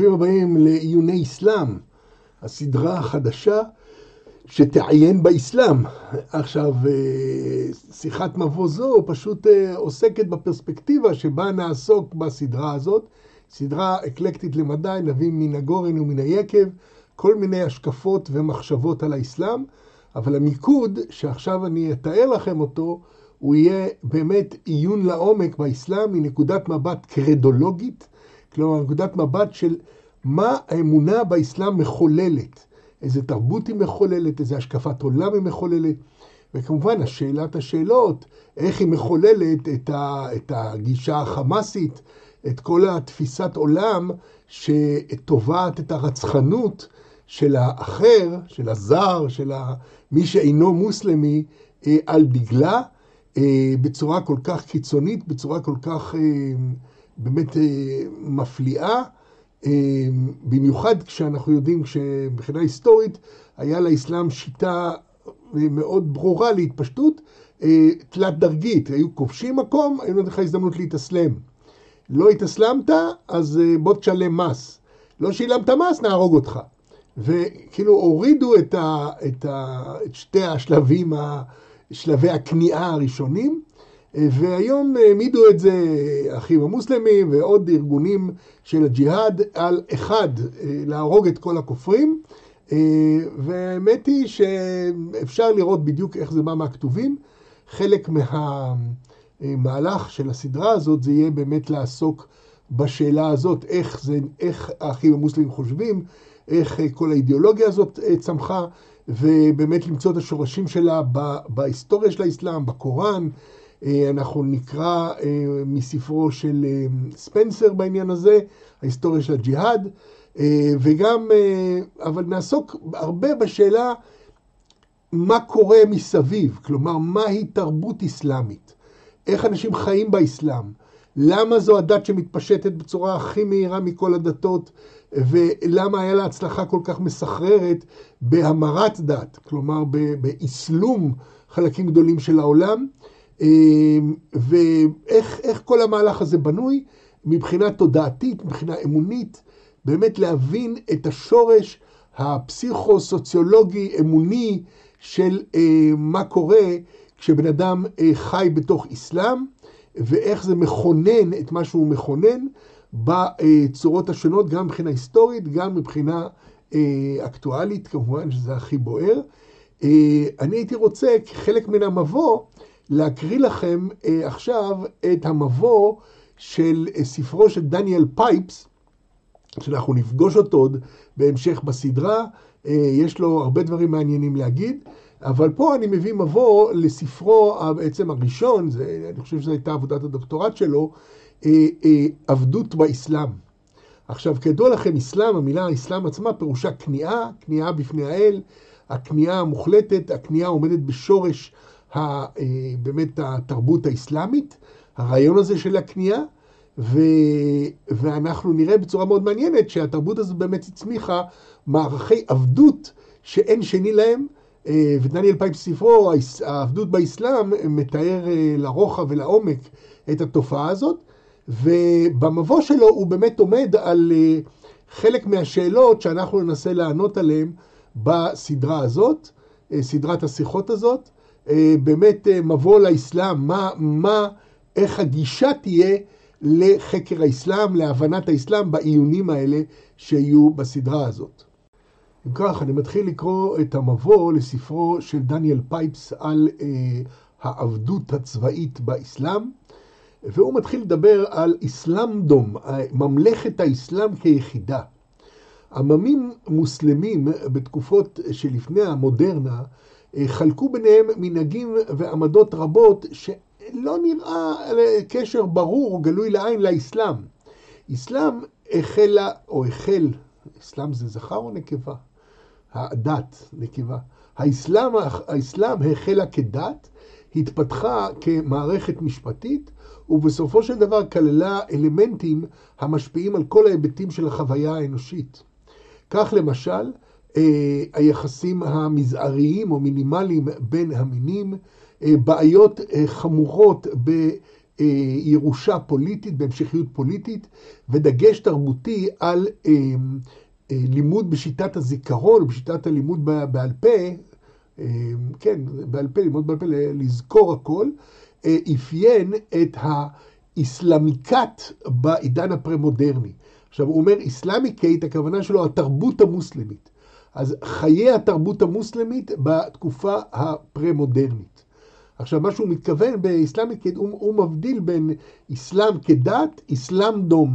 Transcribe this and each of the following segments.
ברוכים הבאים לעיוני אסלאם, הסדרה החדשה שתעיין באסלאם. עכשיו, שיחת מבוא זו פשוט עוסקת בפרספקטיבה שבה נעסוק בסדרה הזאת. סדרה אקלקטית למדי, נביא מן הגורן ומן היקב, כל מיני השקפות ומחשבות על האסלאם, אבל המיקוד שעכשיו אני אתאר לכם אותו, הוא יהיה באמת עיון לעומק באסלאם מנקודת מבט קרדולוגית, כלומר נקודת מבט של מה האמונה באסלאם מחוללת, איזה תרבות היא מחוללת, איזה השקפת עולם היא מחוללת, וכמובן השאלת השאלות, איך היא מחוללת את הגישה החמאסית, את כל התפיסת עולם שטובעת את הרצחנות של האחר, של הזר, של מי שאינו מוסלמי על דגלה, בצורה כל כך קיצונית, בצורה כל כך באמת מפליאה, במיוחד כשאנחנו יודעים שבחינה היסטורית היה לאסלאם שיטה מאוד ברורה להתפשטות, תלת דרגית, היו כובשים מקום, היו נותנים לך הזדמנות להתאסלם. לא התאסלמת, אז בוא תשלם מס. לא שילמת מס, נהרוג אותך. וכאילו הורידו את שתי השלבים, שלבי הכניעה הראשונים, והיום העמידו את זה האחים המוסלמים ועוד ארגונים של הג'יהאד על אחד, להרוג את כל הכופרים, והאמת היא שאפשר לראות בדיוק איך זה בא מהכתובים. חלק מהמהלך של הסדרה הזאת זה יהיה באמת לעסוק בשאלה הזאת, איך האחים המוסלמים חושבים, איך כל האידיאולוגיה הזאת צמחה, ובאמת למצוא את השורשים שלה בהיסטוריה של האסלאם, בקוראן. אנחנו נקרא מספרו של ספנסר בעניין הזה, ההיסטוריה של הג'יהאד, וגם, אבל נעסוק הרבה בשאלה מה קורה מסביב, כלומר מהי תרבות אסלאמית, איך אנשים חיים באסלאם, למה זו הדת שמתפשטת בצורה הכי מהירה מכל הדתות, ולמה היה לה הצלחה כל כך מסחררת בהמרת דת, כלומר באסלום חלקים גדולים של העולם, ואיך כל המהלך הזה בנוי מבחינה תודעתית, מבחינה אמונית, באמת להבין את השורש הפסיכו-סוציולוגי אמוני של מה קורה כשבן אדם חי בתוך אסלאם, ואיך זה מכונן את מה שהוא מכונן בצורות השונות, גם מבחינה היסטורית, גם מבחינה אקטואלית, כמובן שזה הכי בוער. אני הייתי רוצה, כחלק מן המבוא, להקריא לכם עכשיו את המבוא של ספרו של דניאל פייפס, שאנחנו נפגוש אותו עוד בהמשך בסדרה. יש לו הרבה דברים מעניינים להגיד, אבל פה אני מביא מבוא לספרו בעצם הראשון, אני חושב שזו הייתה עבודת הדוקטורט שלו, עבדות באסלאם. עכשיו, כידוע לכם, אסלאם, המילה האסלאם עצמה פירושה כניעה, כניעה בפני האל, הכניעה המוחלטת, הכניעה עומדת בשורש באמת התרבות האסלאמית, הרעיון הזה של הכניעה, ואנחנו נראה בצורה מאוד מעניינת שהתרבות הזאת באמת הצמיחה מערכי עבדות שאין שני להם, ודניאל פייפס ספרו, העבדות באסלאם, מתאר לרוחב ולעומק את התופעה הזאת, ובמבוא שלו הוא באמת עומד על חלק מהשאלות שאנחנו ננסה לענות עליהן בסדרה הזאת, סדרת השיחות הזאת, באמת מבוא לאסלאם, איך הגישה תהיה לחקר האסלאם, להבנת האסלאם בעיונים האלה שיהיו בסדרה הזאת. אם כך, אני מתחיל לקרוא את המבוא לספרו של דניאל פייפס על העבדות הצבאית באסלאם, והוא מתחיל לדבר על אסלאמדום, ממלכת האסלאם כיחידה. עממים מוסלמים בתקופות שלפני המודרנה חלקו ביניהם מנהגים ועמדות רבות שלא נראה קשר ברור או גלוי לעין לאסלאם. אסלאם אסלאם זה זכר או נקבה? הדת, נקבה. האסלאם החלה כדת, התפתחה כמערכת משפטית, ובסופו של דבר כללה אלמנטים המשפיעים על כל ההיבטים של החוויה האנושית. כך למשל, היחסים המזעריים או מינימליים בין המינים, בעיות חמורות ירושה פוליטית, בהמשכיות פוליטית, ודגש תרבותי על לימוד בשיטת הזיכרון, בשיטת הלימוד בעל פה, כן, בעל פה, לימוד בעל פה, לזכור הכל, אפיין את האסלאמיקת בעידן הפרה-מודרני. עכשיו, הוא אומר אסלאמיקית, הכוונה שלו, התרבות המוסלמית. אז חיי התרבות המוסלמית בתקופה הפרה-מודרנית. עכשיו, מה שהוא מתכוון באסלאמיקית, הוא מבדיל בין אסלאם כדת, אסלאם דום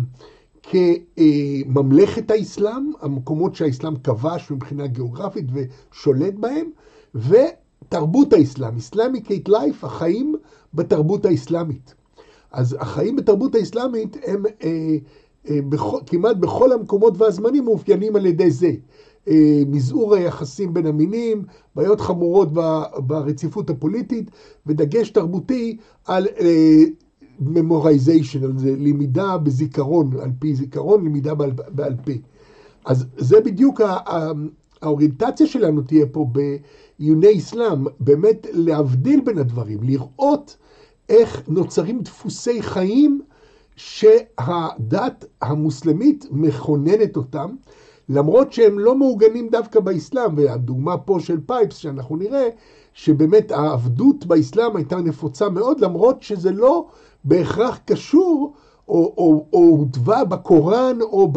כממלכת האסלאם, המקומות שהאסלאם כבש מבחינה גיאוגרפית ושולט בהם, ותרבות האסלאם, אסלאמיקית לייף, החיים בתרבות האסלאמית. אז החיים בתרבות האסלאמית הם כמעט בכל המקומות והזמנים מאופיינים על ידי זה. מזעור היחסים בין המינים, בעיות חמורות ברציפות הפוליטית, ודגש תרבותי על memorization, על זה, למידה בזיכרון, על פי זיכרון, למידה בעל פה. אז זה בדיוק האוריינטציה שלנו תהיה פה בעיוני אסלאם, באמת להבדיל בין הדברים, לראות איך נוצרים דפוסי חיים שהדת המוסלמית מכוננת אותם, למרות שהם לא מעוגנים דווקא באסלאם, והדוגמה פה של פייפס שאנחנו נראה, שבאמת העבדות באסלאם הייתה נפוצה מאוד, למרות שזה לא בהכרח קשור, או הוטבע בקוראן, או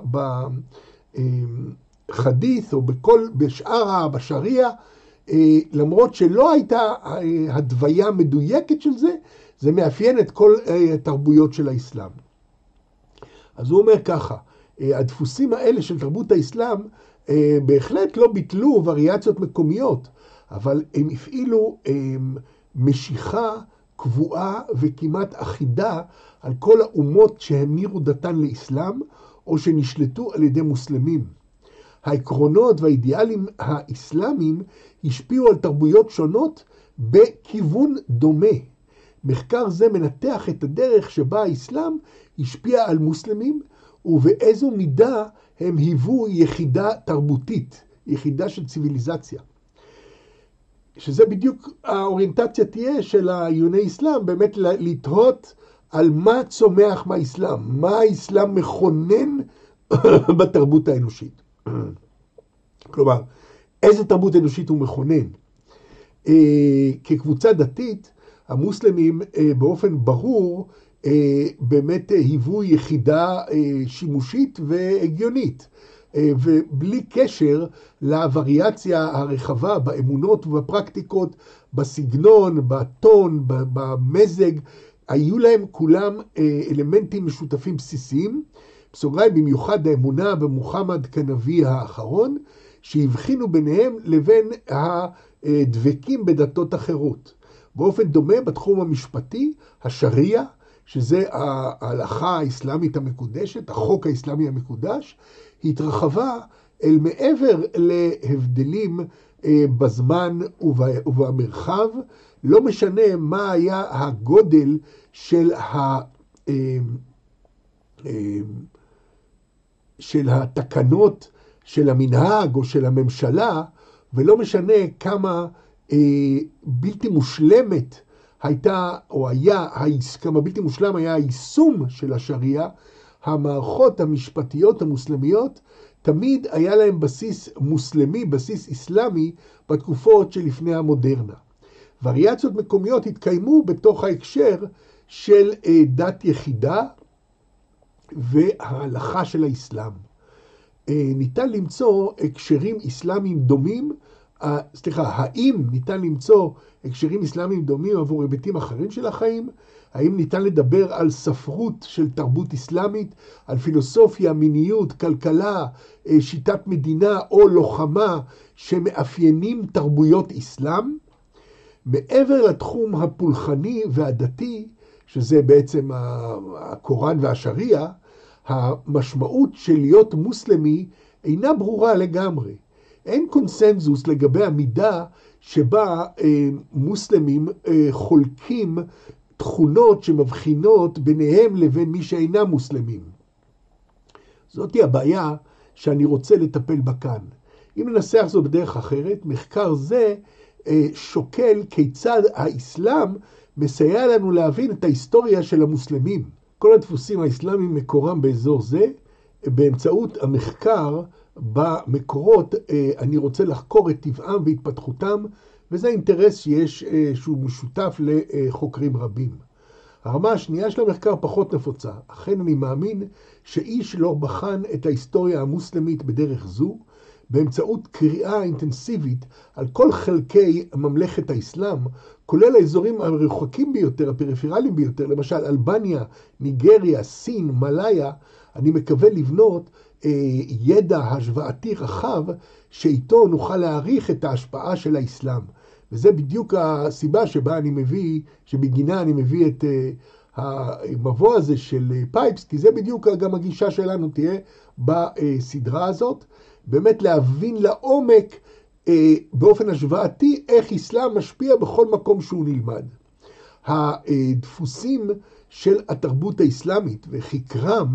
בחדית', או בשאר בשריעה, למרות שלא הייתה הדוויה מדויקת של זה, זה מאפיין את כל התרבויות של האסלאם. אז הוא אומר ככה, הדפוסים האלה של תרבות האסלאם בהחלט לא ביטלו וריאציות מקומיות, אבל הם הפעילו משיכה קבועה וכמעט אחידה על כל האומות שהמירו דתן לאסלאם או שנשלטו על ידי מוסלמים. העקרונות והאידיאלים האסלאמיים השפיעו על תרבויות שונות בכיוון דומה. מחקר זה מנתח את הדרך שבה האסלאם השפיע על מוסלמים, ובאיזו מידה הם היוו יחידה תרבותית, יחידה של ציוויליזציה. שזה בדיוק האוריינטציה תהיה של עיוני אסלאם, באמת לתהות על מה צומח מהאסלאם, מה האסלאם מכונן בתרבות האנושית. כלומר, איזה תרבות אנושית הוא מכונן? כקבוצה דתית, המוסלמים באופן ברור באמת היוו יחידה שימושית והגיונית, ובלי קשר לווריאציה הרחבה באמונות ובפרקטיקות, בסגנון, בטון, במזג, היו להם כולם אלמנטים משותפים בסיסיים, בסוגריים במיוחד האמונה במוחמד כנביא האחרון, שהבחינו ביניהם לבין הדבקים בדתות אחרות. באופן דומה בתחום המשפטי, השריעה, שזה ההלכה האסלאמית המקודשת, החוק האסלאמי המקודש, התרחבה אל מעבר להבדלים בזמן ובמרחב, לא משנה מה היה הגודל של התקנות של המנהג או של הממשלה, ולא משנה כמה בלתי מושלמת הייתה, או היה, כמה בלתי מושלם היה היישום של השריעה, המערכות המשפטיות המוסלמיות, תמיד היה להם בסיס מוסלמי, בסיס אסלאמי, בתקופות שלפני המודרנה. וריאציות מקומיות התקיימו בתוך ההקשר של דת יחידה וההלכה של האסלאם. ניתן למצוא הקשרים אסלאמיים דומים, האם ניתן למצוא הקשרים אסלאמיים דומים עבור היבטים אחרים של החיים? האם ניתן לדבר על ספרות של תרבות אסלאמית, על פילוסופיה, מיניות, כלכלה, שיטת מדינה או לוחמה שמאפיינים תרבויות אסלאם? מעבר לתחום הפולחני והדתי, שזה בעצם הקוראן והשריעה, המשמעות של להיות מוסלמי אינה ברורה לגמרי. אין קונסנזוס לגבי המידה שבה מוסלמים חולקים תכונות שמבחינות ביניהם לבין מי שאינם מוסלמים. זאת היא הבעיה שאני רוצה לטפל בה כאן. אם ננסח זאת בדרך אחרת, מחקר זה שוקל כיצד האסלאם מסייע לנו להבין את ההיסטוריה של המוסלמים. כל הדפוסים האסלאמיים מקורם באזור זה. באמצעות המחקר במקורות אני רוצה לחקור את טבעם והתפתחותם, וזה אינטרס שהוא משותף לחוקרים רבים. הרמה השנייה של המחקר פחות נפוצה. אכן אני מאמין שאיש לא בחן את ההיסטוריה המוסלמית בדרך זו, באמצעות קריאה אינטנסיבית על כל חלקי ממלכת האסלאם, כולל האזורים הרחוקים ביותר, הפריפרליים ביותר, למשל אלבניה, ניגריה, סין, מלאיה. אני מקווה לבנות ידע השוואתי רחב שאיתו נוכל להעריך את ההשפעה של האסלאם. וזה בדיוק הסיבה שבגינה אני מביא את המבוא הזה של פייפס, כי זה בדיוק גם הגישה שלנו תהיה בסדרה הזאת, באמת להבין לעומק באופן השוואתי איך אסלאם משפיע בכל מקום שהוא נלמד. הדפוסים של התרבות האסלאמית וחקרם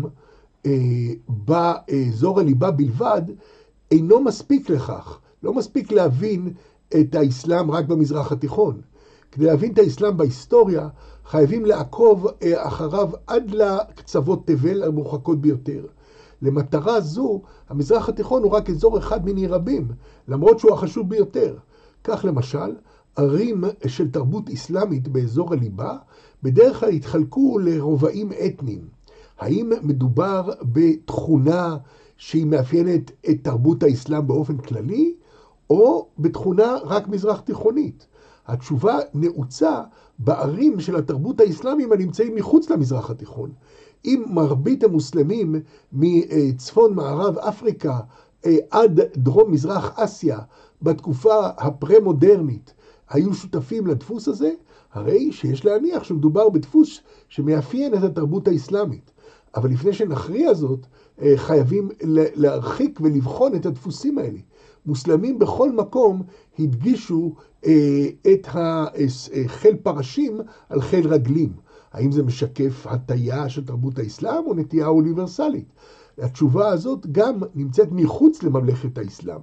באזור הליבה בלבד אינו מספיק לכך. לא מספיק להבין את האסלאם רק במזרח התיכון. כדי להבין את האסלאם בהיסטוריה, חייבים לעקוב אחריו עד לקצוות תבל המרוחקות ביותר. למטרה זו, המזרח התיכון הוא רק אזור אחד מיני רבים, למרות שהוא החשוב ביותר. כך למשל, ערים של תרבות אסלאמית באזור הליבה, בדרך כלל התחלקו לרובעים אתניים. האם מדובר בתכונה שהיא מאפיינת את תרבות האסלאם באופן כללי, או בתכונה רק מזרח תיכונית? התשובה נעוצה בערים של התרבות האסלאמיים הנמצאים מחוץ למזרח התיכון. אם מרבית המוסלמים מצפון מערב אפריקה עד דרום מזרח אסיה בתקופה הפרה-מודרנית היו שותפים לדפוס הזה, הרי שיש להניח שמדובר בדפוס שמאפיין את התרבות האסלאמית. אבל לפני שנכריע זאת, חייבים להרחיק ולבחון את הדפוסים האלה. מוסלמים בכל מקום הדגישו את חיל פרשים על חיל רגלים. האם זה משקף הטיה של תרבות האסלאם או נטייה אוניברסלית? התשובה הזאת גם נמצאת מחוץ לממלכת האסלאם.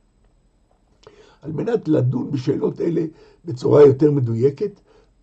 על מנת לדון בשאלות אלה בצורה יותר מדויקת,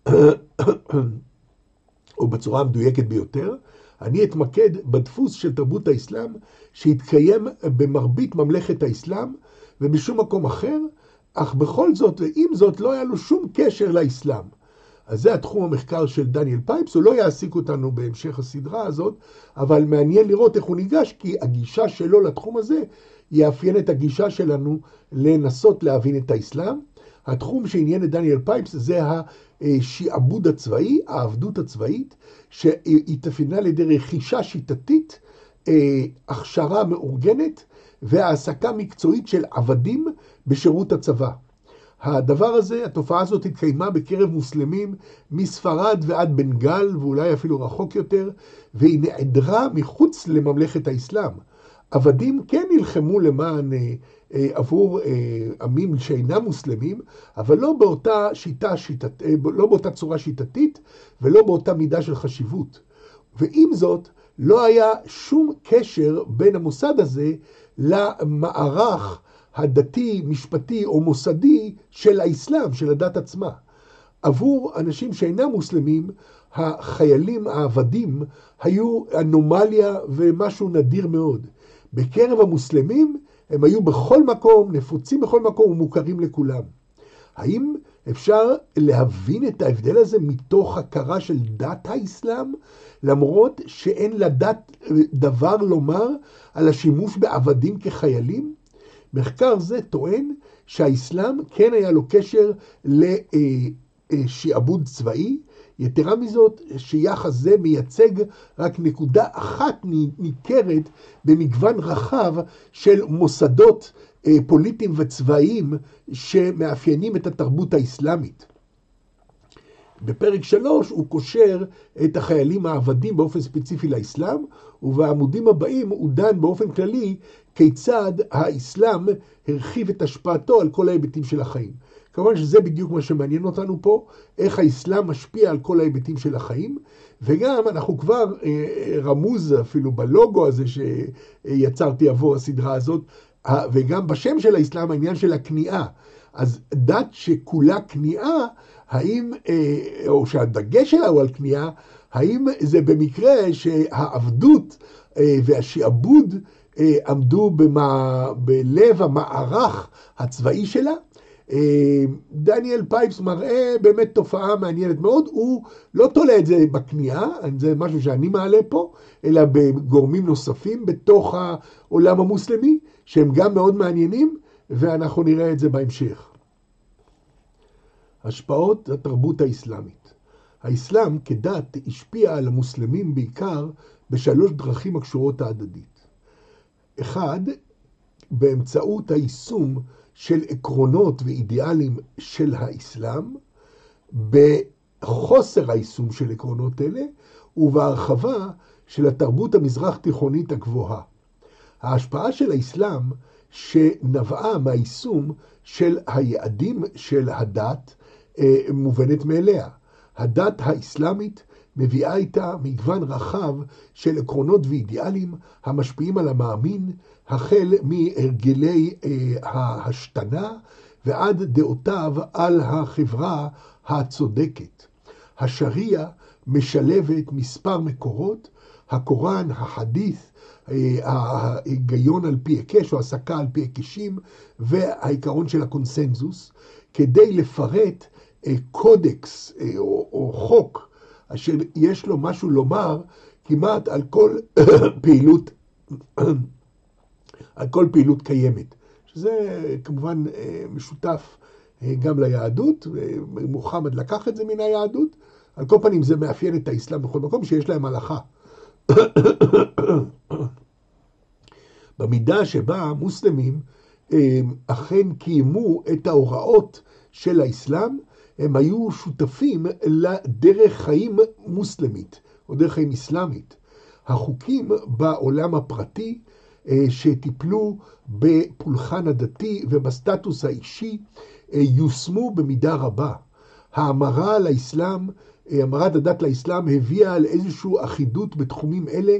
או בצורה המדויקת ביותר, אני אתמקד בדפוס של תרבות האסלאם שהתקיים במרבית ממלכת האסלאם ובשום מקום אחר, אך בכל זאת ועם זאת לא היה לו שום קשר לאסלאם. אז זה התחום המחקר של דניאל פייפס, הוא לא יעסיק אותנו בהמשך הסדרה הזאת, אבל מעניין לראות איך הוא ניגש, כי הגישה שלו לתחום הזה יאפיין את הגישה שלנו לנסות להבין את האסלאם. התחום שעניין את דניאל פייפס זה השיעבוד הצבאי, העבדות הצבאית, שהתאפיינה על ידי רכישה שיטתית, הכשרה מאורגנת והעסקה מקצועית של עבדים בשירות הצבא. הדבר הזה, התופעה הזאת התקיימה בקרב מוסלמים מספרד ועד בנגל, ואולי אפילו רחוק יותר, והיא נעדרה מחוץ לממלכת האסלאם. עבדים כן נלחמו עבור עמים שאינם מוסלמים, אבל לא באותה צורה שיטתית ולא באותה מידה של חשיבות. ועם זאת, לא היה שום קשר בין המוסד הזה למערך הדתי, משפטי או מוסדי של האסלאם, של הדת עצמה. עבור אנשים שאינם מוסלמים, החיילים העבדים היו אנומליה ומשהו נדיר מאוד. בקרב המוסלמים הם היו בכל מקום, נפוצים בכל מקום ומוכרים לכולם. האם אפשר להבין את ההבדל הזה מתוך הכרה של דת האסלאם, למרות שאין לדת דבר לומר על השימוש בעבדים כחיילים? מחקר זה טוען שהאסלאם כן היה לו קשר לשיעבוד צבאי, יתרה מזאת שיחס זה מייצג רק נקודה אחת ניכרת במגוון רחב של מוסדות פוליטיים וצבאיים שמאפיינים את התרבות האסלאמית. בפרק 3 הוא קושר את החיילים העבדים באופן ספציפי לאסלאם, ובעמודים הבאים הוא דן באופן כללי כיצד האסלאם הרחיב את השפעתו על כל ההיבטים של החיים. כמובן שזה בדיוק מה שמעניין אותנו פה, איך האסלאם משפיע על כל ההיבטים של החיים, וגם אנחנו כבר רמוז אפילו בלוגו הזה שיצרתי עבור הסדרה הזאת, וגם בשם של האסלאם העניין של הכניעה. אז דת שכולה כניעה, האם, או שהדגש שלה הוא על כניעה, האם זה במקרה שהעבדות והשעבוד עמדו בלב המערך הצבאי שלה? דניאל פייפס מראה באמת תופעה מעניינת מאוד, הוא לא תולה את זה בכניעה, זה משהו שאני מעלה פה, אלא בגורמים נוספים בתוך העולם המוסלמי, שהם גם מאוד מעניינים, ואנחנו נראה את זה בהמשך. השפעות התרבות האסלאמית. האסלאם כדת השפיע על המוסלמים בעיקר בשלוש דרכים הקשורות ההדדית. אחד, באמצעות היישום של עקרונות ואידיאלים של האסלאם, בחוסר היישום של עקרונות אלה, ובהרחבה של התרבות המזרח תיכונית הגבוהה. ההשפעה של האסלאם שנבעה מהיישום של היעדים של הדת מובנת מאליה. הדת האסלאמית מביאה איתה מגוון רחב של עקרונות ואידיאלים המשפיעים על המאמין, החל מהרגלי ההשתנה ועד דעותיו על החברה הצודקת. השריעה משלבת מספר מקורות, הקוראן, החדית', ההיגיון על פי היקש או הסקה על פי היקשים והעיקרון של הקונסנזוס, כדי לפרט קודקס או חוק אשר יש לו משהו לומר כמעט על כל פעילות קיימת, שזה כמובן משותף גם ליהדות, מוחמד לקח את זה מן היהדות, על כל פנים זה מאפיין את האסלאם בכל מקום שיש להם הלכה. במידה שבה המוסלמים אכן קיימו את ההוראות של האסלאם, הם היו שותפים לדרך חיים מוסלמית, או דרך חיים אסלאמית. החוקים בעולם הפרטי שטיפלו בפולחן הדתי ובסטטוס האישי יושמו במידה רבה. המרת הדת לאסלאם הביאה על איזושהי אחידות בתחומים אלה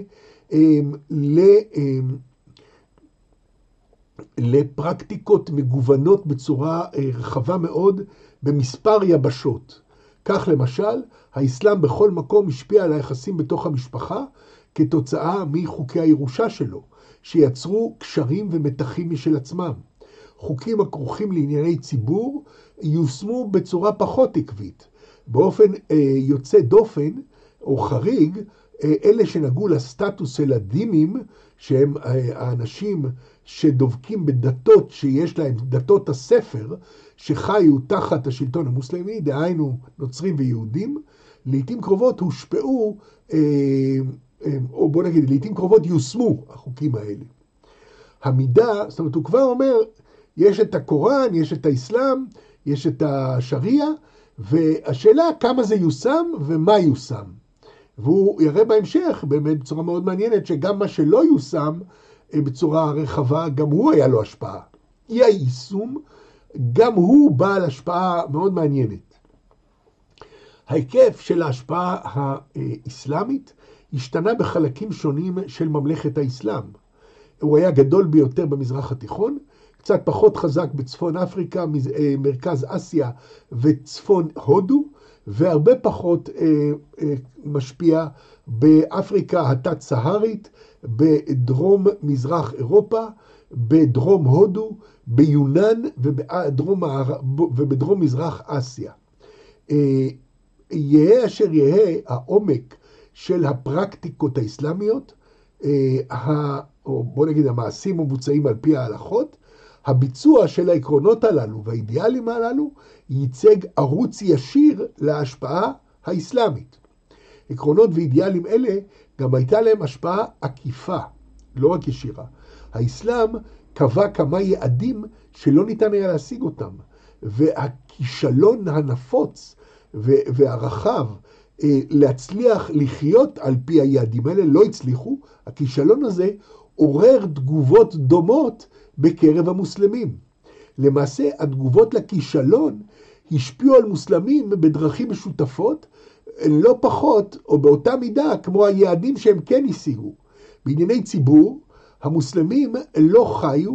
לפרקטיקות מגוונות בצורה רחבה מאוד במספר יבשות. כך למשל, האסלאם בכל מקום השפיע על היחסים בתוך המשפחה כתוצאה מחוקי הירושה שלו, שיצרו קשרים ומתחים משל עצמם. חוקים הכרוכים לענייני ציבור יושמו בצורה פחות עקבית. באופן יוצא דופן או חריג, אלה שנגעו לסטטוס של הדימים, שהם האנשים שדובקים בדתות שיש להם, דתות הספר, שחיו תחת השלטון המוסלמי, דהיינו נוצרים ויהודים, לעתים קרובות הושפעו, או בוא נגיד, לעתים קרובות יושמו החוקים האלה. המידה, זאת אומרת, הוא כבר אומר, יש את הקוראן, יש את האסלאם, יש את השריעה, והשאלה כמה זה יושם ומה יושם. והוא יראה בהמשך, באמת בצורה מאוד מעניינת, שגם מה שלא יושם בצורה רחבה, גם הוא היה לו השפעה. אי היישום, גם הוא בעל השפעה מאוד מעניינת. ההיקף של ההשפעה האסלאמית השתנה בחלקים שונים של ממלכת האסלאם. הוא היה גדול ביותר במזרח התיכון, קצת פחות חזק בצפון אפריקה, מרכז אסיה וצפון הודו, והרבה פחות משפיע באפריקה התת-סהרית, בדרום מזרח אירופה, בדרום הודו, ביונן ובדרום מזרח אסיה. יהיה אשר יהיה העומק של הפרקטיקות האסלאמיות, או בוא נגיד המעשים המבוצעים על פי ההלכות, הביצוע של העקרונות הללו והאידיאלים הללו ייצג ערוץ ישיר להשפעה האסלאמית. עקרונות ואידיאלים אלה גם הייתה להם השפעה עקיפה, לא רק ישירה. האסלאם קבע כמה יעדים שלא ניתן היה להשיג אותם, והכישלון הנפוץ והרחב להצליח לחיות על פי היעדים האלה לא הצליחו. הכישלון הזה עורר תגובות דומות בקרב המוסלמים. למעשה, התגובות לכישלון השפיעו על מוסלמים בדרכים משותפות, לא פחות או באותה מידה כמו היעדים שהם כן השיגו. בענייני ציבור, המוסלמים לא חיו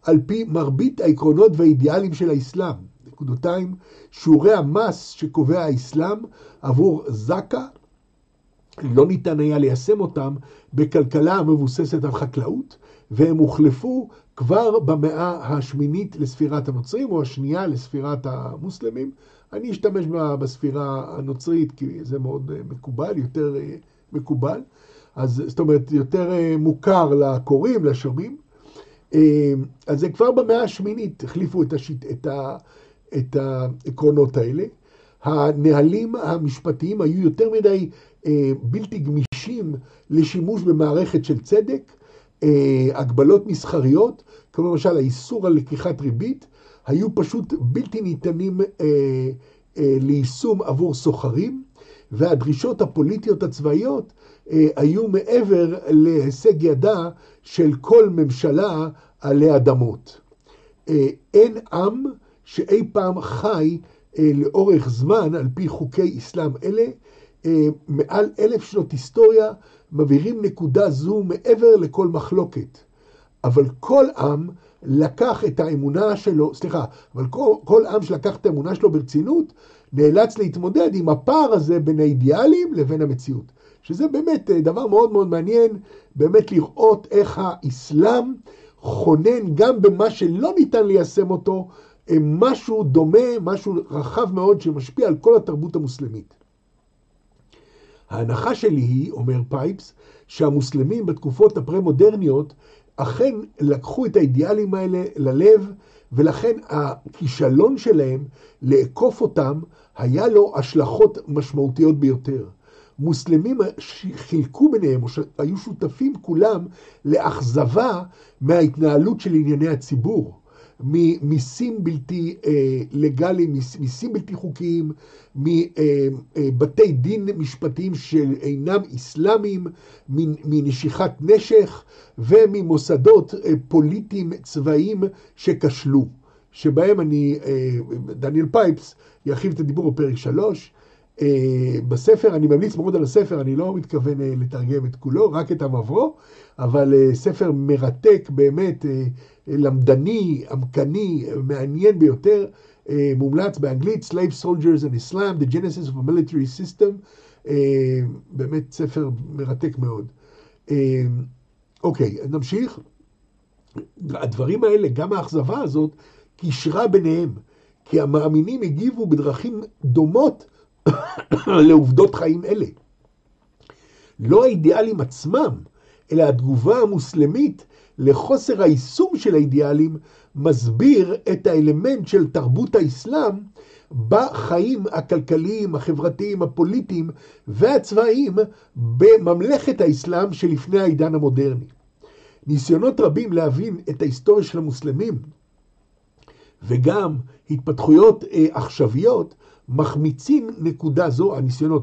על פי מרבית העקרונות והאידיאלים של האסלאם. נקודותיים, שיעורי המס שקובע האסלאם עבור זקה, לא ניתן היה ליישם אותם בכלכלה המבוססת על חקלאות, והם הוחלפו כבר במאה השמינית לספירת הנוצרים, או השנייה לספירת המוסלמים. אני אשתמש בספירה הנוצרית, כי זה מאוד מקובל, יותר מקובל. אז זאת אומרת, יותר מוכר לקוראים, לשומעים. אז זה כבר במאה השמינית החליפו את העקרונות האלה. הנהלים המשפטיים היו יותר מדי בלתי גמישים לשימוש במערכת של צדק, הגבלות מסחריות, כמו למשל האיסור על לקיחת ריבית, היו פשוט בלתי ניתנים ליישום עבור סוחרים, והדרישות הפוליטיות הצבאיות היו מעבר להישג ידה של כל ממשלה עלי אדמות. אין עם שאי פעם חי לאורך זמן על פי חוקי אסלאם אלה, מעל 1000 שנות היסטוריה מבהירים נקודה זו מעבר לכל מחלוקת. אבל כל עם לקח את האמונה שלו, אבל כל עם שלקח את האמונה שלו ברצינות, נאלץ להתמודד עם הפער הזה בין האידיאלים לבין המציאות. שזה באמת דבר מאוד מאוד מעניין, באמת לראות איך האסלאם חונן גם במה שלא ניתן ליישם אותו, משהו דומה, משהו רחב מאוד שמשפיע על כל התרבות המוסלמית. ההנחה שלי היא, אומר פייפס, שהמוסלמים בתקופות הפרה-מודרניות אכן לקחו את האידיאלים האלה ללב, ולכן הכישלון שלהם לעקוף אותם היה לו השלכות משמעותיות ביותר. מוסלמים חילקו ביניהם, או היו שותפים כולם לאכזבה מההתנהלות של ענייני הציבור. ממיסים בלתי לגליים, מיסים בלתי חוקיים, מבתי דין משפטיים שאינם אסלאמיים, מנשיכת נשך וממוסדות פוליטיים צבאיים שכשלו, שבהם דניאל פייפס ירחיב את הדיבור בפרק 3. בספר, אני ממליץ מאוד על הספר, אני לא מתכוון לתרגם את כולו, רק את המבוא, אבל ספר מרתק, באמת למדני, עמקני, מעניין ביותר, מומלץ באנגלית, Slave Soldiers and Islam, The Genesis of a Military System, באמת ספר מרתק מאוד. אוקיי, נמשיך. הדברים האלה, גם האכזבה הזאת, קישרה ביניהם, כי המאמינים הגיבו בדרכים דומות לעובדות חיים אלה. לא האידיאלים עצמם, אלא התגובה המוסלמית לחוסר היישום של האידיאלים מסביר את האלמנט של תרבות האסלאם בחיים הכלכליים, החברתיים, הפוליטיים והצבאיים בממלכת האסלאם שלפני העידן המודרני. ניסיונות רבים להבין את ההיסטוריה של המוסלמים וגם התפתחויות עכשוויות מחמיצים נקודה זו, הניסיונות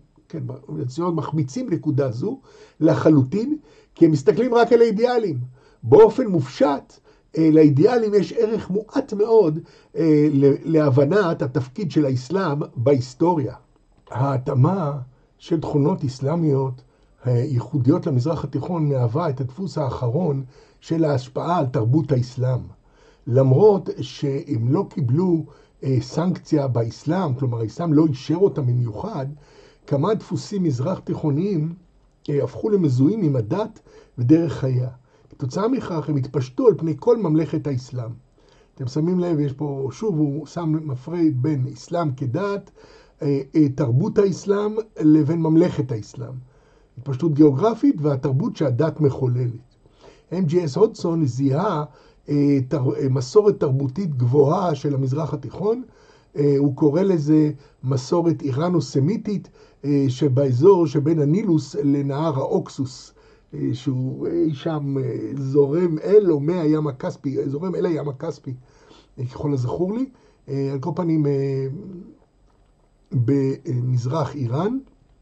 מחמיצים נקודה זו לחלוטין, כי הם מסתכלים רק על האידיאלים. באופן מופשט, לאידיאלים יש ערך מועט מאוד להבנת התפקיד של האסלאם בהיסטוריה. ההתאמה של תכונות אסלאמיות ייחודיות למזרח התיכון מהווה את הדפוס האחרון של ההשפעה על תרבות האסלאם. למרות שהם לא קיבלו סנקציה באסלאם, כלומר האסלאם לא אישר אותם במיוחד, כמה דפוסים מזרח תיכוניים הפכו למזוהים עם הדת ודרך חייה. כתוצאה מכך הם התפשטו על פני כל ממלכת האסלאם. אתם שמים לב, יש פה, שוב הוא מפריד בין אסלאם כדת, תרבות האסלאם לבין ממלכת האסלאם. התפשטות גיאוגרפית והתרבות שהדת מחוללת. M.G.S. הודסון זיהה מסורת תרבותית גבוהה של המזרח התיכון, הוא קורא לזה מסורת איראנו-סמיתית שבאזור שבין הנילוס לנהר האוקסוס, שהוא שם זורם אל או מהים הכספי, זורם אל הים הכספי, ככל הזכור לי, על כל פנים במזרח איראן,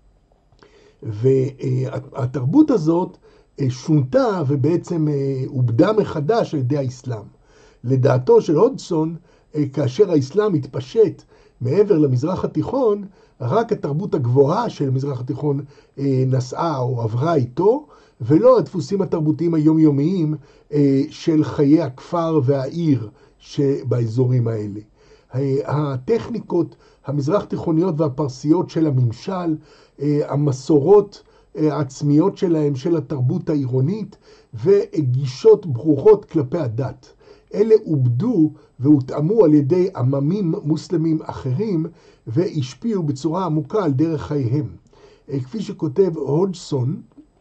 והתרבות הזאת שונתה ובעצם עובדה מחדש על ידי האסלאם. לדעתו של הודסון, כאשר האסלאם התפשט מעבר למזרח התיכון, רק התרבות הגבוהה של המזרח התיכון נסעה או עברה איתו, ולא הדפוסים התרבותיים היומיומיים של חיי הכפר והעיר שבאזורים האלה. הטכניקות המזרח תיכוניות והפרסיות של הממשל, המסורות העצמיות שלהם, של התרבות העירונית, וגישות ברורות כלפי הדת. אלה עובדו והותאמו על ידי עממים מוסלמים אחרים, והשפיעו בצורה עמוקה על דרך חייהם. כפי שכותב הודגסון,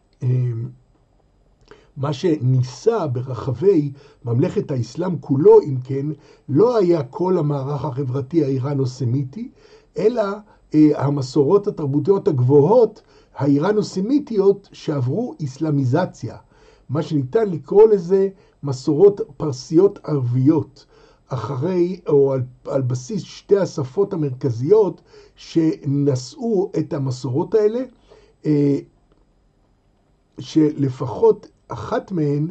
מה שניסה ברחבי ממלכת האסלאם כולו, אם כן, לא היה כל המערך החברתי האיראנו-סמיטי, אלא המסורות התרבותיות הגבוהות, האיראנו-סמיטיות, שעברו איסלאמיזציה. מה שניתן לקרוא לזה מסורות פרסיות ערביות, אחרי או על בסיס שתי השפות המרכזיות שנשאו את המסורות האלה, שלפחות אחת מהן,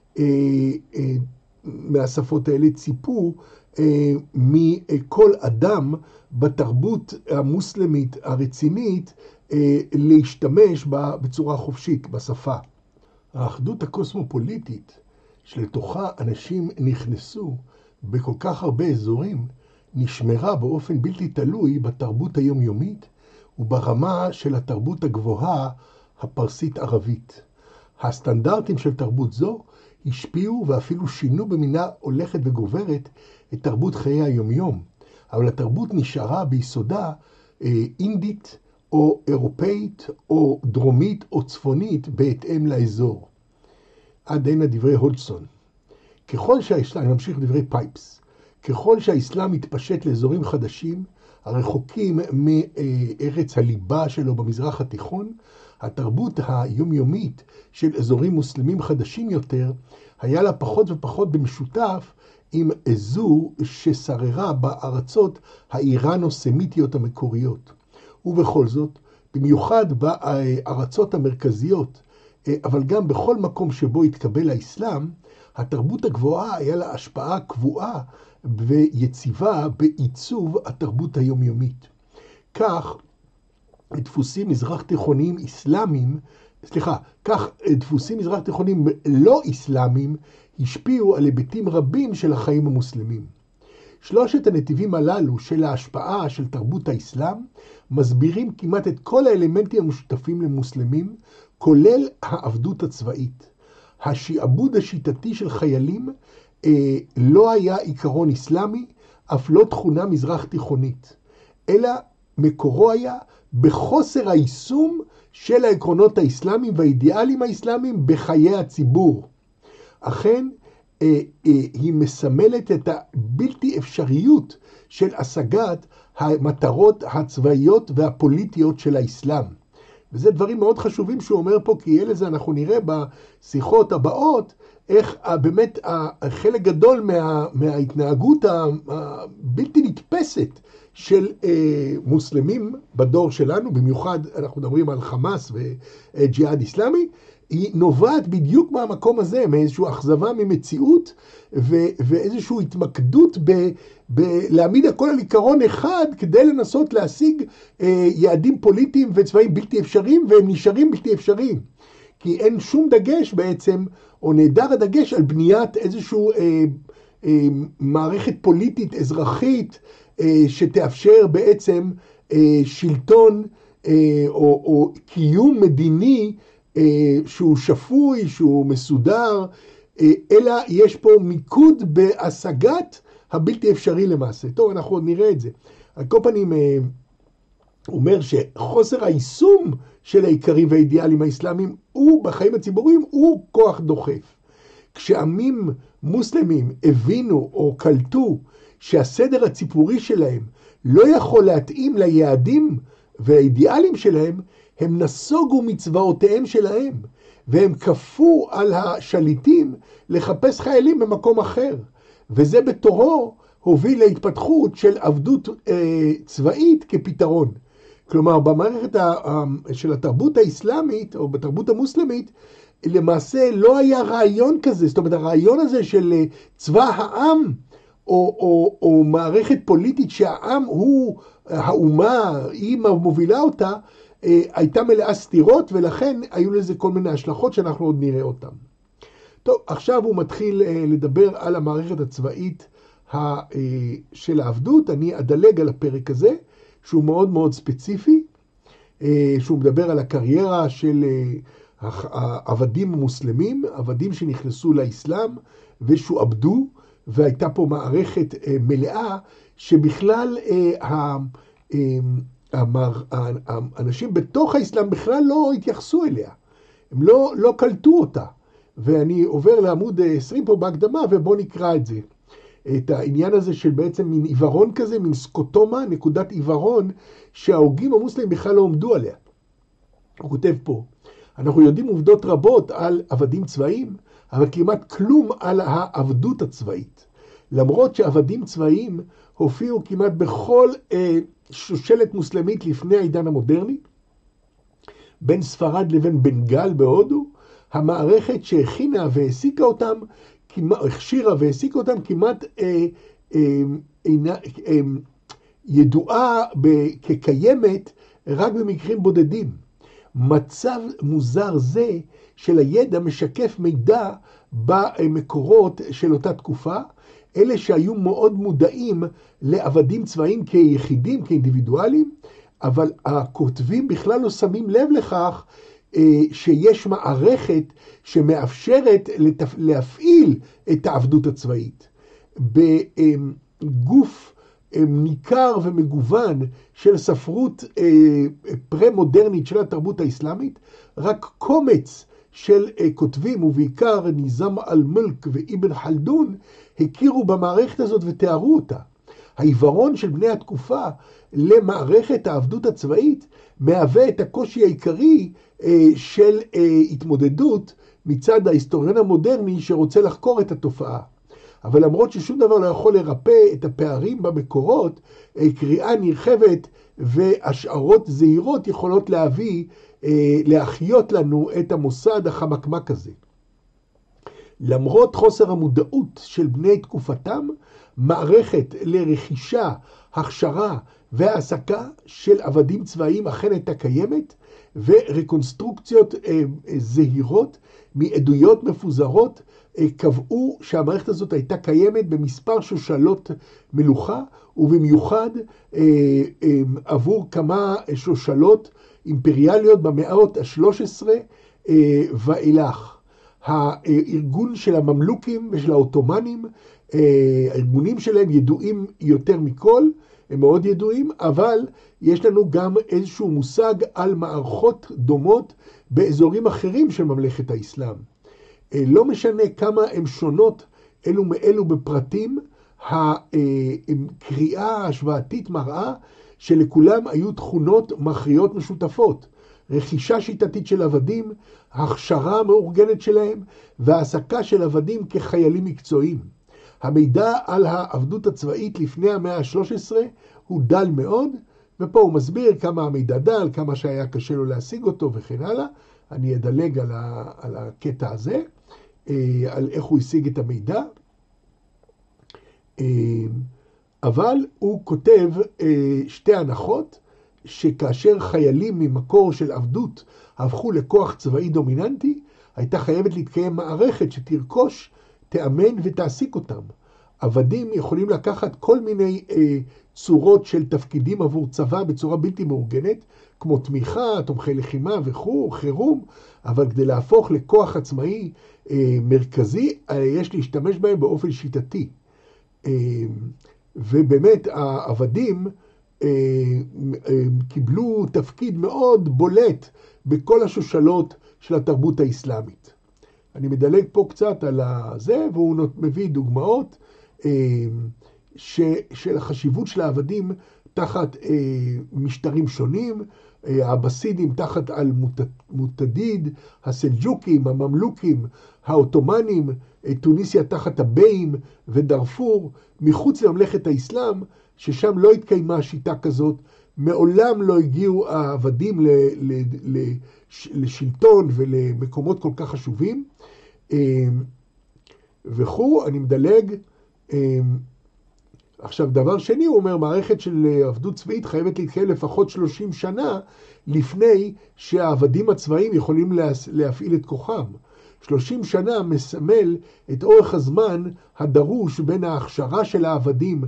מהשפות האלה, ציפו מכל אדם בתרבות המוסלמית הרצינית להשתמש בה בצורה חופשית, בשפה. האחדות הקוסמופוליטית שלתוכה אנשים נכנסו בכל כך הרבה אזורים, נשמרה באופן בלתי תלוי בתרבות היומיומית וברמה של התרבות הגבוהה הפרסית-ערבית. הסטנדרטים של תרבות זו השפיעו ואפילו שינו במינה הולכת וגוברת את תרבות חיי היומיום, אבל התרבות נשארה ביסודה אינדית או אירופאית או דרומית או צפונית בהתאם לאזור. עד הנה דברי הודגסון. ככל שהאסלאם, נמשיך דברי פייפס, ככל שהאסלאם מתפשט לאזורים חדשים, הרחוקים מארץ הליבה שלו במזרח התיכון, התרבות היומיומית של אזורים מוסלמים חדשים יותר, היה לה פחות ופחות במשותף עם זו ששררה בארצות האיראנו-סמיטיות המקוריות. ובכל זאת, במיוחד בארצות המרכזיות, אבל גם בכל מקום שבו התקבל האסלאם, התרבות הגבוהה היה לה השפעה קבועה ויציבה בעיצוב התרבות היומיומית. כך, דפוסים מזרח תיכוניים דפוסים מזרח תיכוניים לא אסלאמיים השפיעו על היבטים רבים של החיים המוסלמים. שלושת הנתיבים הללו של ההשפעה של תרבות האסלאם מסבירים כמעט את כל האלמנטים המשותפים למוסלמים, כולל העבדות הצבאית. השעבוד השיטתי של חיילים לא היה עיקרון אסלאמי, אף לא תכונה מזרח תיכונית, אלא מקורו היה בחוסר היישום של העקרונות האסלאמיים והאידיאלים האסלאמיים בחיי הציבור. אכן, היא מסמלת את הבלתי אפשריות של השגת המטרות הצבאיות והפוליטיות של האסלאם. וזה דברים מאוד חשובים שהוא אומר פה, כי לזה אנחנו נראה בשיחות הבאות, איך באמת חלק גדול מההתנהגות הבלתי נתפסת של מוסלמים בדור שלנו, במיוחד אנחנו מדברים על חמאס וג'יהאד איסלאמי, היא נובעת בדיוק מהמקום הזה, מאיזושהי אכזבה ממציאות ואיזושהי התמקדות להעמיד הכל על עיקרון אחד כדי לנסות להשיג יעדים פוליטיים וצבאיים בלתי אפשריים, והם נשארים בלתי אפשריים. כי אין שום דגש בעצם, או נהדר הדגש על בניית איזושהי מערכת פוליטית אזרחית שתאפשר בעצם שלטון או קיום מדיני שהוא שפוי, שהוא מסודר, אלא יש פה מיקוד בהשגת הבלתי אפשרי למעשה. טוב, אנחנו עוד נראה את זה. על כל פנים, הוא אומר שחוסר היישום של העיקרים והאידיאלים האסלאמיים הוא בחיים הציבוריים הוא כוח דוחף. כשעמים מוסלמים הבינו או קלטו שהסדר הציבורי שלהם לא יכול להתאים ליעדים והאידיאלים שלהם, הם נסוגו מצבאותיהם שלהם, והם כפו על השליטים לחפש חיילים במקום אחר. וזה בתורו הוביל להתפתחות של עבדות צבאית כפתרון. כלומר, במערכת של התרבות האסלאמית, או בתרבות המוסלמית, למעשה לא היה רעיון כזה. זאת אומרת, הרעיון הזה של צבא העם, או מערכת פוליטית שהעם הוא, האומה, היא מובילה אותה, הייתה מלאה סתירות, ולכן היו לזה כל מיני השלכות שאנחנו עוד נראה אותן. טוב, עכשיו הוא מתחיל לדבר על המערכת הצבאית של העבדות. אני אדלג על הפרק הזה, שהוא מאוד מאוד ספציפי, שהוא מדבר על הקריירה של העבדים המוסלמים, עבדים שנכנסו לאסלאם ושועבדו, והייתה פה מערכת מלאה שבכלל האנשים בתוך האסלאם בכלל לא התייחסו אליה, הם לא קלטו אותה. ואני עובר לעמוד 20 פה בהקדמה, ובוא נקרא את זה. את העניין הזה של בעצם מין עיוורון כזה, מין סקוטומה, נקודת עיוורון, שההוגים המוסלמים בכלל לא עומדו עליה. הוא כותב פה, אנחנו יודעים עובדות רבות על עבדים צבאיים, אבל כמעט כלום על העבדות הצבאית. למרות שעבדים צבאיים הופיעו כמעט בכל שושלת מוסלמית לפני העידן המודרני, בין ספרד לבין בנגל בהודו, המערכת שהכינה והעסיקה אותם, הכשירה והעסיקה אותם כמעט ידועה כקיימת רק במקרים בודדים. מצב מוזר זה של הידע משקף מידע במקורות של אותה תקופה, אלה שהיו מאוד מודעים לעבדים צבאיים כיחידים, כאינדיבידואלים, אבל הכותבים בכלל לא שמים לב לכך שיש מערכת שמאפשרת להפעיל את העבדות הצבאית. בגוף ניכר ומגוון של ספרות פרה-מודרנית של התרבות האסלאמית, רק קומץ של כותבים, ובעיקר ניזם אל-מלק ואיבן חלדון, הכירו במערכת הזאת ותיארו אותה. העיוורון של בני התקופה למערכת העבדות הצבאית מהווה את הקושי העיקרי של התמודדות מצד ההיסטוריון המודרני שרוצה לחקור את התופעה. אבל למרות ששום דבר לא יכול לרפא את הפערים במקורות, קריאה נרחבת והשערות זהירות יכולות להחיות לנו את המוסד החמקמק הזה. למרות חוסר המודעות של בני תקופתם, מערכת לרכישה, הכשרה והעסקה של עבדים צבאיים אכן הייתה קיימת, ורקונסטרוקציות זהירות מעדויות מפוזרות קבעו שהמערכת הזאת הייתה קיימת במספר שושלות מלוכה, ובמיוחד עבור כמה שושלות אימפריאליות במאות ה-13 ואילך. הארגון של הממלוכים ושל העות'מאנים, הארגונים שלהם ידועים יותר מכל, הם מאוד ידועים, אבל יש לנו גם איזשהו מושג על מערכות דומות באזורים אחרים של ממלכת האסלאם. לא משנה כמה הן שונות אלו מאלו בפרטים, הקריאה ההשוואתית מראה שלכולם היו תכונות מכריעות משותפות. רכישה שיטתית של עבדים, הכשרה מאורגנת שלהם, והעסקה של עבדים כחיילים מקצועיים. המידע על העבדות הצבאית לפני המאה ה-13 הוא דל מאוד, ופה הוא מסביר כמה המידע דל, כמה שהיה קשה לו להשיג אותו וכן הלאה. אני אדלג על הקטע הזה, על איך הוא השיג את המידע. אבל הוא כותב שתי הנחות, שכאשר חיילים ממקור של עבדות הפכו לכוח צבאי דומיננטי, הייתה חייבת להתקיים מערכת שתרכוש, תאמן ותעסיק אותם. עבדים יכולים לקחת כל מיני צורות של תפקידים עבור צבא בצורה בלתי מאורגנת, כמו תמיכה, תומכי לחימה וכו', חירום, אבל כדי להפוך לכוח עצמאי מרכזי, יש להשתמש בהם באופן שיטתי. ובאמת העבדים קיבלו תפקיד מאוד בולט בכל השושלות של התרבות האסלאמית. אני מדלג פה קצת על זה, והוא מביא דוגמאות של החשיבות של העבדים תחת משטרים שונים, הבסידים תחת אל-מוטדיד, הסלג'וקים, הממלוכים, העות'מאנים, טוניסיה תחת הבאים ודארפור, מחוץ לממלכת האסלאם, ששם לא התקיימה שיטה כזאת, מעולם לא הגיעו העבדים לשלטון ולמקומות כל כך חשובים. וכו', אני מדלג, עכשיו, דבר שני, הוא אומר, מערכת של עבדות צבאית חייבת להתקיים לפחות 30 שנה לפני שהעבדים הצבאיים יכולים להפעיל את כוחם. 30 שנה מסמל את אורך הזמן הדרוש בין ההכשרה של העבדים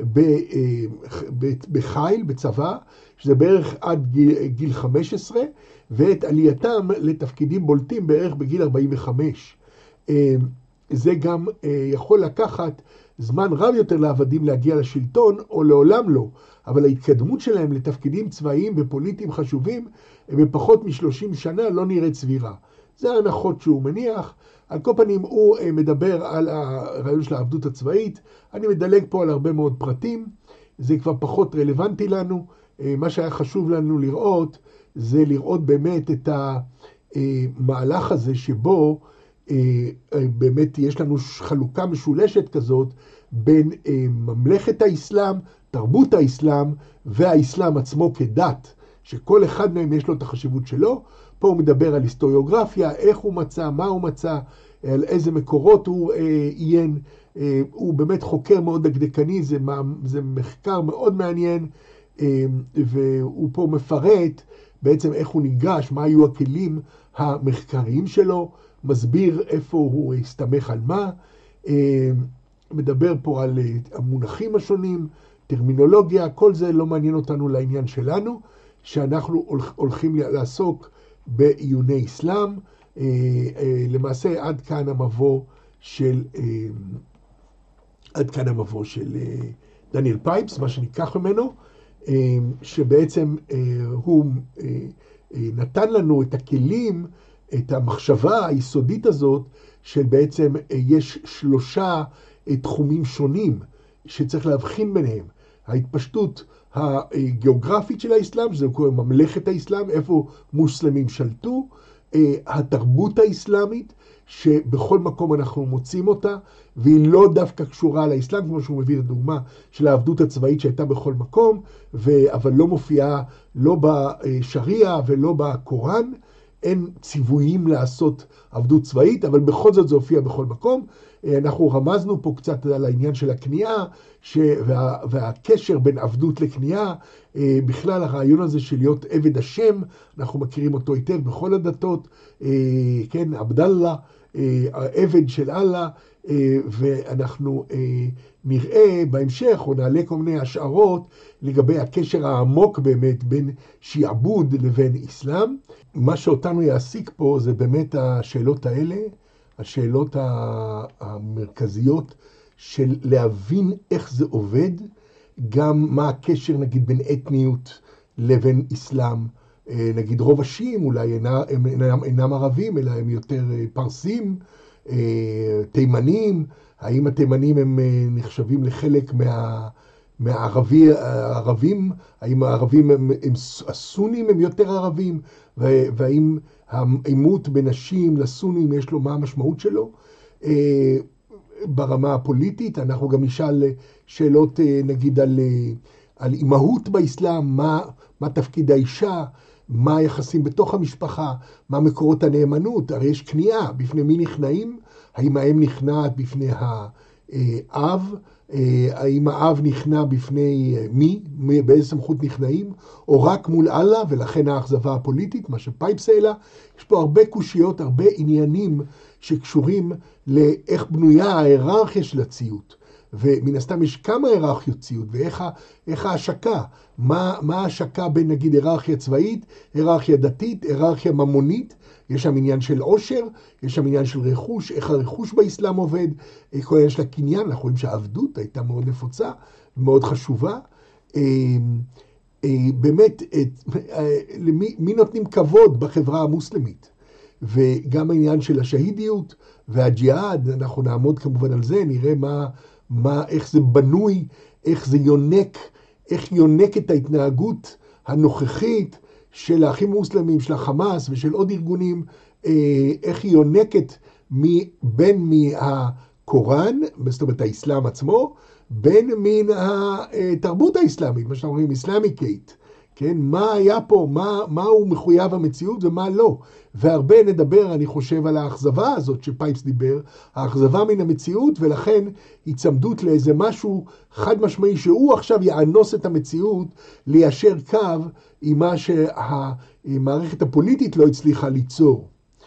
בחיל, בצבא, שזה בערך עד גיל 15, ואת עלייתם לתפקידים בולטים בערך בגיל 45. זה גם יכול לקחת זמן רב יותר לעבדים להגיע לשלטון, או לעולם לא, אבל ההתקדמות שלהם לתפקידים צבאיים ופוליטיים חשובים, בפחות מ-30 שנה לא נראית סבירה. זה ההנחות שהוא מניח. על כל פנים הוא מדבר על הרעיון של העבדות הצבאית. אני מדלג פה על הרבה מאוד פרטים, זה כבר פחות רלוונטי לנו. מה שהיה חשוב לנו לראות, זה לראות באמת את המהלך הזה שבו באמת יש לנו חלוקה משולשת כזאת בין ממלכת האסלאם, תרבות האסלאם והאסלאם עצמו כדת, שכל אחד מהם יש לו את החשיבות שלו. פה הוא מדבר על היסטוריוגרפיה, איך הוא מצא, מה הוא מצא, על איזה מקורות הוא עיין. הוא באמת חוקר מאוד דקדקני, זה מחקר מאוד מעניין, והוא פה מפרט בעצם איך הוא ניגש, מה היו הכלים המחקריים שלו, מסביר איפה הוא הסתמך על מה, מדבר פה על המונחים השונים, טרמינולוגיה, כל זה לא מעניין אותנו לעניין שלנו, שאנחנו הולכים לעסוק בעיוני אסלאם. למעשה עד כאן המבוא של דניאל פייפס, מה שניקח ממנו, שבעצם הוא נתן לנו את הכלים, את המחשבה היסודית הזאת, של בעצם יש 3 תחומים שונים שצריך להבחין ביניהם. ההתפשטות הגיאוגרפית של האסלאם, שזה קוראים ממלכת האסלאם, איפה מוסלמים שלטו, התרבות האסלאמית, שבכל מקום אנחנו מוצאים אותה, והיא לא דווקא קשורה לאסלאם, כמו שהוא מביא את הדוגמה של העבדות הצבאית שהייתה בכל מקום, אבל לא מופיעה לא בשריעה ולא בקוראן, אין ציוויים לעשות עבדות צבאית, אבל בכל זאת זה הופיע בכל מקום. אנחנו רמזנו פה קצת על העניין של הקנייה, והקשר בין עבדות לקנייה, בכלל הרעיון הזה של להיות עבד השם, אנחנו מכירים אותו היטב בכל הדתות, כן, עבדאללה, העבד של אללה, ואנחנו נראה בהמשך, או נעלה כל מיני השערות, לגבי הקשר העמוק באמת בין שעבוד לבין אסלאם. מה שאותנו יעסיק פה זה באמת השאלות האלה, השאלות המרכזיות של להבין איך זה עובד, גם מה הקשר נגיד בין אתניות לבין אסלאם. נגיד רוב השיעים אולי אינם ערבים, אלא הם יותר פרסים, תימנים. האם התימנים הם נחשבים לחלק מהערבים? האם הערבים הסונים הם יותר ערבים? והאם העימות בין נשים לסונים יש לו מה המשמעות שלו? ברמה הפוליטית אנחנו גם נשאל שאלות נגיד על אימהות באסלאם, מה תפקיד האישה, מה היחסים בתוך המשפחה, מה מקורות הנאמנות. הרי יש קנייה, בפני מי נכנעים? האם האם נכנעת בפני האב? האם האב נכנע בפני מי? באיזה סמכות נכנעים? או רק מול אללה, ולכן האכזבה הפוליטית, מה שפייפס העלה. יש פה הרבה קושיות, הרבה עניינים שקשורים לאיך בנויה ההיררכיה של הציות. ומן הסתם יש כמה היררכיות ציות, ואיך ההשקה, מה ההשקה בין נגיד היררכיה צבאית, היררכיה דתית, היררכיה ממונית. יש שם עניין של עושר, יש שם עניין של רכוש, איך הרכוש באסלאם עובד, כל העניין של הקניין. אנחנו רואים שהעבדות הייתה מאוד נפוצה, מאוד חשובה. באמת, למי נותנים כבוד בחברה המוסלמית? וגם העניין של השהידיות והג'יהאד, אנחנו נעמוד כמובן על זה, נראה איך זה בנוי, איך זה יונק את ההתנהגות הנוכחית של האחים המוסלמים, של החמאס ושל עוד ארגונים, איך היא יונקת בין מהקוראן, זאת אומרת האסלאם עצמו, בין מן התרבות האסלאמית, מה שאנחנו אומרים, איסלאמיקייט, כן, מה היה פה, מה הוא מחויב המציאות ומה לא. והרבה נדבר, אני חושב, על האכזבה הזאת שפייפס דיבר, האכזבה מן המציאות, ולכן הצמדות לאיזה משהו חד משמעי, שהוא עכשיו יאנוס את המציאות, ליישר קו עם מה שהמערכת הפוליטית לא הצליחה ליצור.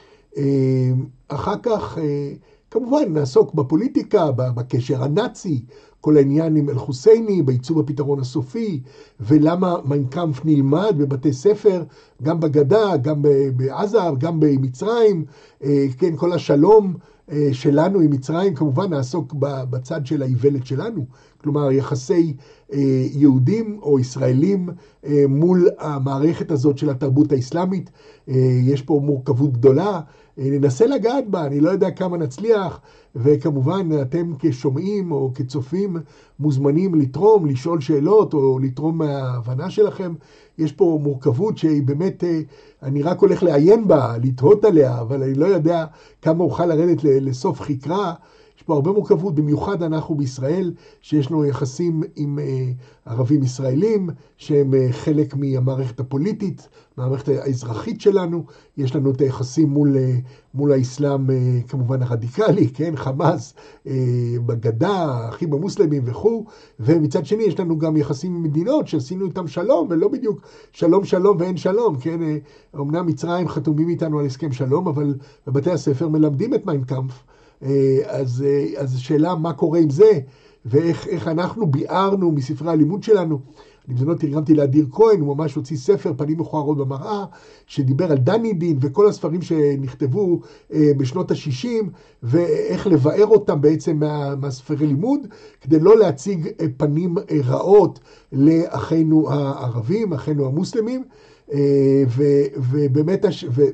אחר כך, כמובן, נעסוק בפוליטיקה, בקשר הנאצי, כל העניין עם אל-חוסייני, בעיצוב הפתרון הסופי, ולמה מיין קאמפף נלמד בבתי ספר, גם בגדה, גם בעזה, גם במצרים, כן, כל השלום שלנו עם מצרים, כמובן נעסוק בצד של האיוולת שלנו, כלומר יחסי יהודים או ישראלים מול המערכת הזאת של התרבות האסלאמית. יש פה מורכבות גדולה, ננסה לגעת בה, אני לא יודע כמה נצליח, וכמובן אתם כשומעים או כצופים מוזמנים לתרום, לשאול שאלות או לתרום מההבנה שלכם. יש פה מורכבות שהיא באמת, אני רק הולך לעיין בה, לתהות עליה, אבל אני לא יודע כמה אוכל לרדת לסוף חקרה. יש פה הרבה מורכבות, במיוחד אנחנו בישראל, שיש לנו יחסים עם ערבים ישראלים, שהם חלק מהמערכת הפוליטית, מהמערכת האזרחית שלנו. יש לנו את היחסים מול האסלאם, כמובן הרדיקלי, כן, חמאס, בגדה, האחים המוסלמים וכו'. ומצד שני יש לנו גם יחסים עם מדינות שעשינו איתם שלום, ולא בדיוק שלום שלום ואין שלום, כן. אמנם מצרים חתומים איתנו על הסכם שלום, אבל בבתי הספר מלמדים את מיין קאמפף. אז שאלה מה קורה עם זה, ואיך אנחנו ביארנו מספרי הלימוד שלנו. אני בזמנו תרגמתי לאדיר כהן, הוא ממש הוציא ספר פנים מכוערות במראה, שדיבר על דני דין וכל הספרים שנכתבו בשנות ה-60, ואיך לבאר אותם בעצם מהספרי לימוד, כדי לא להציג פנים רעות לאחינו הערבים, אחינו המוסלמים, ובאמת,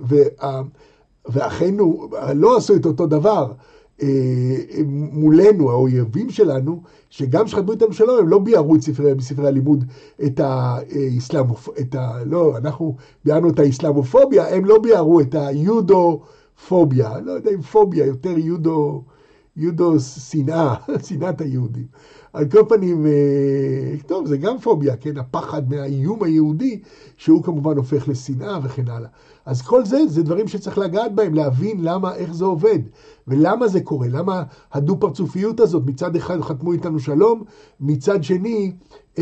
ואחינו לא עשו את אותו דבר מולנו, האויבים שלנו, שגם שחתמו איתנו שלום, הם לא ביארו את ספרי הלימוד את לא, אנחנו ביארנו את האסלאמופוביה, הם לא ביארו את היודופוביה, לא יודע אם פוביה, יותר שנאה, שנאת היהודים. על כל פנים, טוב, זה גם פוביה, כן, הפחד מהאיום היהודי, שהוא כמובן הופך לשנאה וכן הלאה. אז כל זה דברים שצריך לגעת בהם, להבין איך זה עובד, ולמה זה קורה, למה הדו-פרצופיות הזאת, מצד אחד חתמו איתנו שלום, מצד שני,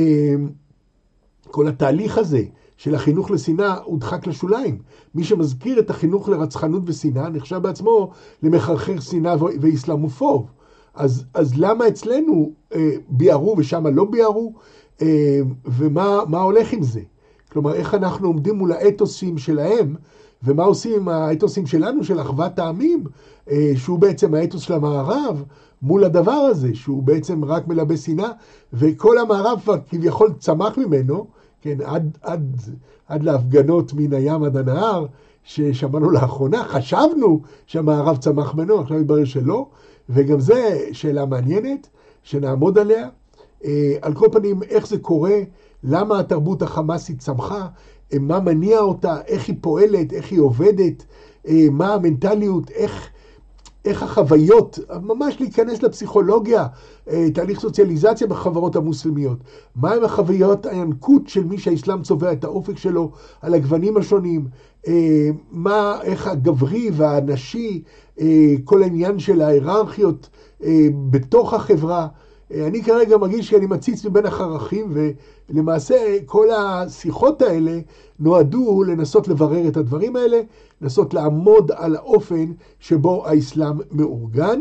כל התהליך הזה של החינוך לשנאה הודחק לשוליים. מי שמזכיר את החינוך לרצחנות ושנאה, נחשב בעצמו למחרחר שנאה ואסלאמופוב. אז למה אצלנו ביארו ושם לא ביארו, ומה הולך עם זה? כלומר, איך אנחנו עומדים מול האתוסים שלהם, ומה עושים עם האתוסים שלנו, של אחוות העמים, שהוא בעצם האתוס של המערב, מול הדבר הזה, שהוא בעצם רק מלבה שנאה, וכל המערב כביכול צמח ממנו, כן, עד להפגנות מן הים עד הנהר, ששמענו לאחרונה, חשבנו שהמערב צמח ממנו, עכשיו התברר שלא, וגם זה שאלה מעניינת, שנעמוד עליה. על כל פנים, איך זה קורה, למה התרבות החמאסית צמחה, מה מניע אותה, איך היא פועלת, איך היא עובדת, מה המנטליות, איך החוויות, ממש להיכנס לפסיכולוגיה, תהליך סוציאליזציה בחברות המוסלמיות. מהם החוויות הינקות של מי שהאסלאם צובע את האופק שלו על הגוונים השונים, איך הגברי והנשי, כל העניין של ההיררכיות בתוך החברה. אני כרגע מרגיש שאני מציץ מבין החרכים, ולמעשה כל השיחות האלה נועדו לנסות לברר את הדברים האלה, לנסות לעמוד על האופן שבו האסלאם מאורגן.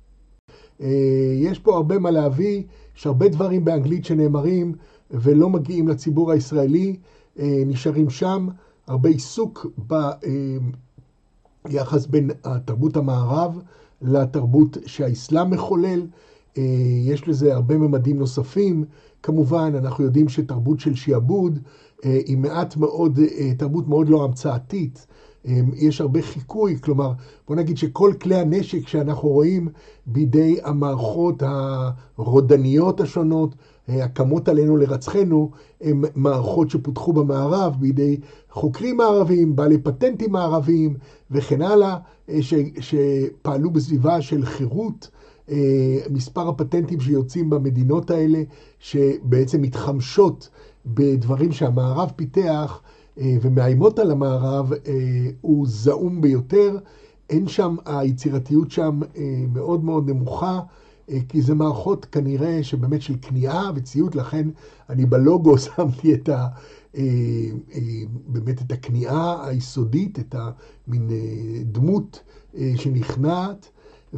יש פה הרבה מה להביא, יש הרבה דברים באנגלית שנאמרים ולא מגיעים לציבור הישראלי, נשארים שם, הרבה עיסוק ביחס בין התרבות המערב לתרבות שהאסלאם מחולל. יש לזה הרבה ממדים נוספים. כמובן, אנחנו יודעים שתרבות של שיעבוד היא תרבות מאוד לא המצאתית. יש הרבה חיקוי, כלומר, בוא נגיד שכל כלי הנשק שאנחנו רואים בידי המערכות הרודניות השונות, הקמות עלינו לרצחנו, הן מערכות שפותחו במערב בידי חוקרים מערבים, בעלי פטנטים מערביים וכן הלאה, שפעלו בסביבה של חירות. מספר הפטנטים שיוצאים במדינות האלה, שבעצם מתחמשות בדברים שהמערב פיתח ומאיימות על המערב הוא זעום ביותר. אין שם, היצירתיות שם מאוד מאוד נמוכה, כי זה מערכות כנראה שבאמת של כניעה וציות, לכן אני בלוגו שמתי באמת את הכניעה היסודית, את המין דמות שנכנעת,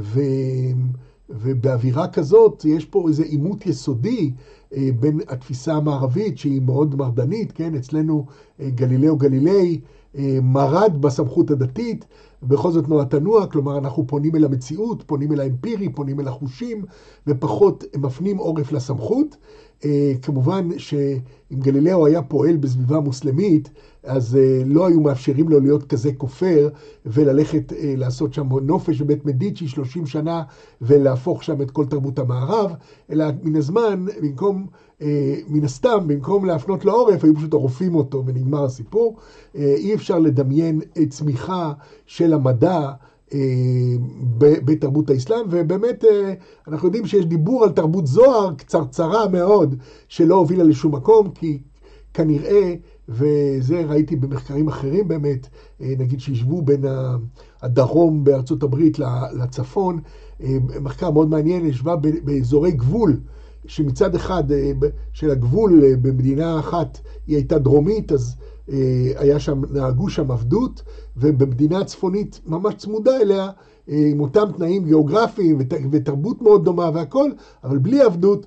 ובאווירה כזאת יש פה איזה עימות יסודי בין התפיסה המערבית שהיא מאוד מרדנית, כן? אצלנו גלילאו גלילי מרד בסמכות הדתית, בכל זאת נוע תנוע, כלומר אנחנו פונים אל המציאות, פונים אל האמפירי, פונים אל החושים, ופחות מפנים עורף לסמכות. כמובן שאם גלילאו היה פועל בסביבה מוסלמית, אז לא היו מאפשרים לו להיות כזה כופר, וללכת לעשות שם נופש בבית מדיצ'י 30 שנה, ולהפוך שם את כל תרבות המערב, אלא מן הזמן, מן הסתם, במקום להפנות לעורף, היו פשוט עורפים אותו ונגמר הסיפור. אי אפשר לדמיין צמיחה של המדע בתרבות האסלאם, ובאמת אנחנו יודעים שיש דיבור על תרבות זוהר קצרצרה מאוד, שלא הובילה לשום מקום, כי כנראה, וזה ראיתי במחקרים אחרים באמת, נגיד שישבו בין הדרום בארצות הברית לצפון, מחקר מאוד מעניין, ישבה באזורי גבול, שמצד אחד של הגבול במדינה אחת היא הייתה דרומית, אז נהגו שם עבדות, ובמדינה הצפונית ממש צמודה אליה, עם אותם תנאים גיאוגרפיים ותרבות מאוד דומה והכל, אבל בלי עבדות,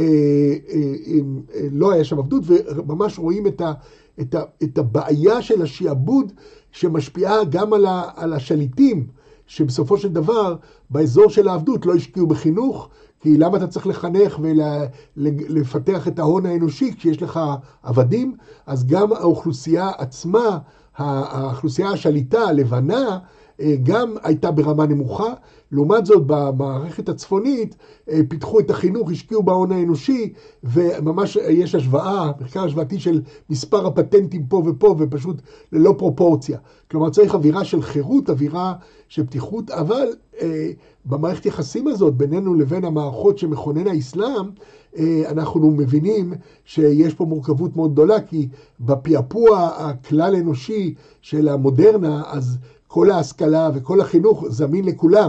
לא היה שם עבדות, וממש רואים את הבעיה של השיעבוד, שמשפיעה גם על השליטים, שבסופו של דבר, באזור של העבדות לא השקיעו בחינוך, כי למה אתה צריך לחנך ולפתח את ההון האנושי כשיש לך עבדים? אז גם האוכלוסייה עצמה, האוכלוסייה השליטה, הלבנה, גם הייתה ברמה נמוכה. לעומת זאת, במערכת הצפונית, פיתחו את החינוך, השקיעו בהון האנושי, וממש יש השוואה, מחקר השוואתי של מספר הפטנטים פה ופה, ופשוט ללא פרופורציה. כלומר, צריך אווירה של חירות, אווירה של פתיחות, אבל במערכת יחסים הזאת, בינינו לבין המערכות שמכונן האסלאם, אנחנו מבינים שיש פה מורכבות מאוד גדולה, כי בפעפוע הכלל אנושי של המודרנה, אז כל ההשכלה וכל החינוך זמין לכולם.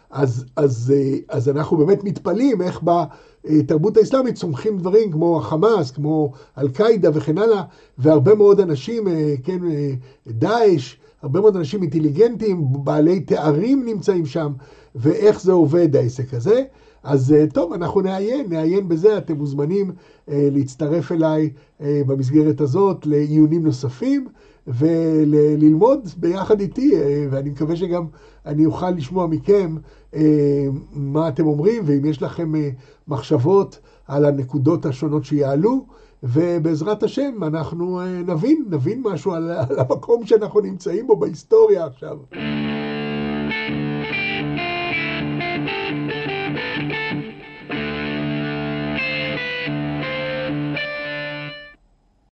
אז אנחנו באמת מתפלאים איך בתרבות האסלאמית צומחים דברים כמו החמאס, כמו אל-קאידה וכן הלאה, והרבה מאוד אנשים, כן, דאעש, הרבה מאוד אנשים אינטליגנטים, בעלי תארים נמצאים שם, ואיך זה עובד העסק הזה. אז טוב, אנחנו נעיין בזה, אתם מוזמנים להצטרף אליי במסגרת הזאת לעיונים נוספים, וללמוד ביחד איתי, ואני מקווה שגם אני אוכל לשמוע מכם מה אתם אומרים, ואם יש לכם מחשבות על הנקודות השונות שיעלו, ובעזרת השם אנחנו נבין משהו על המקום שאנחנו נמצאים בו בהיסטוריה עכשיו.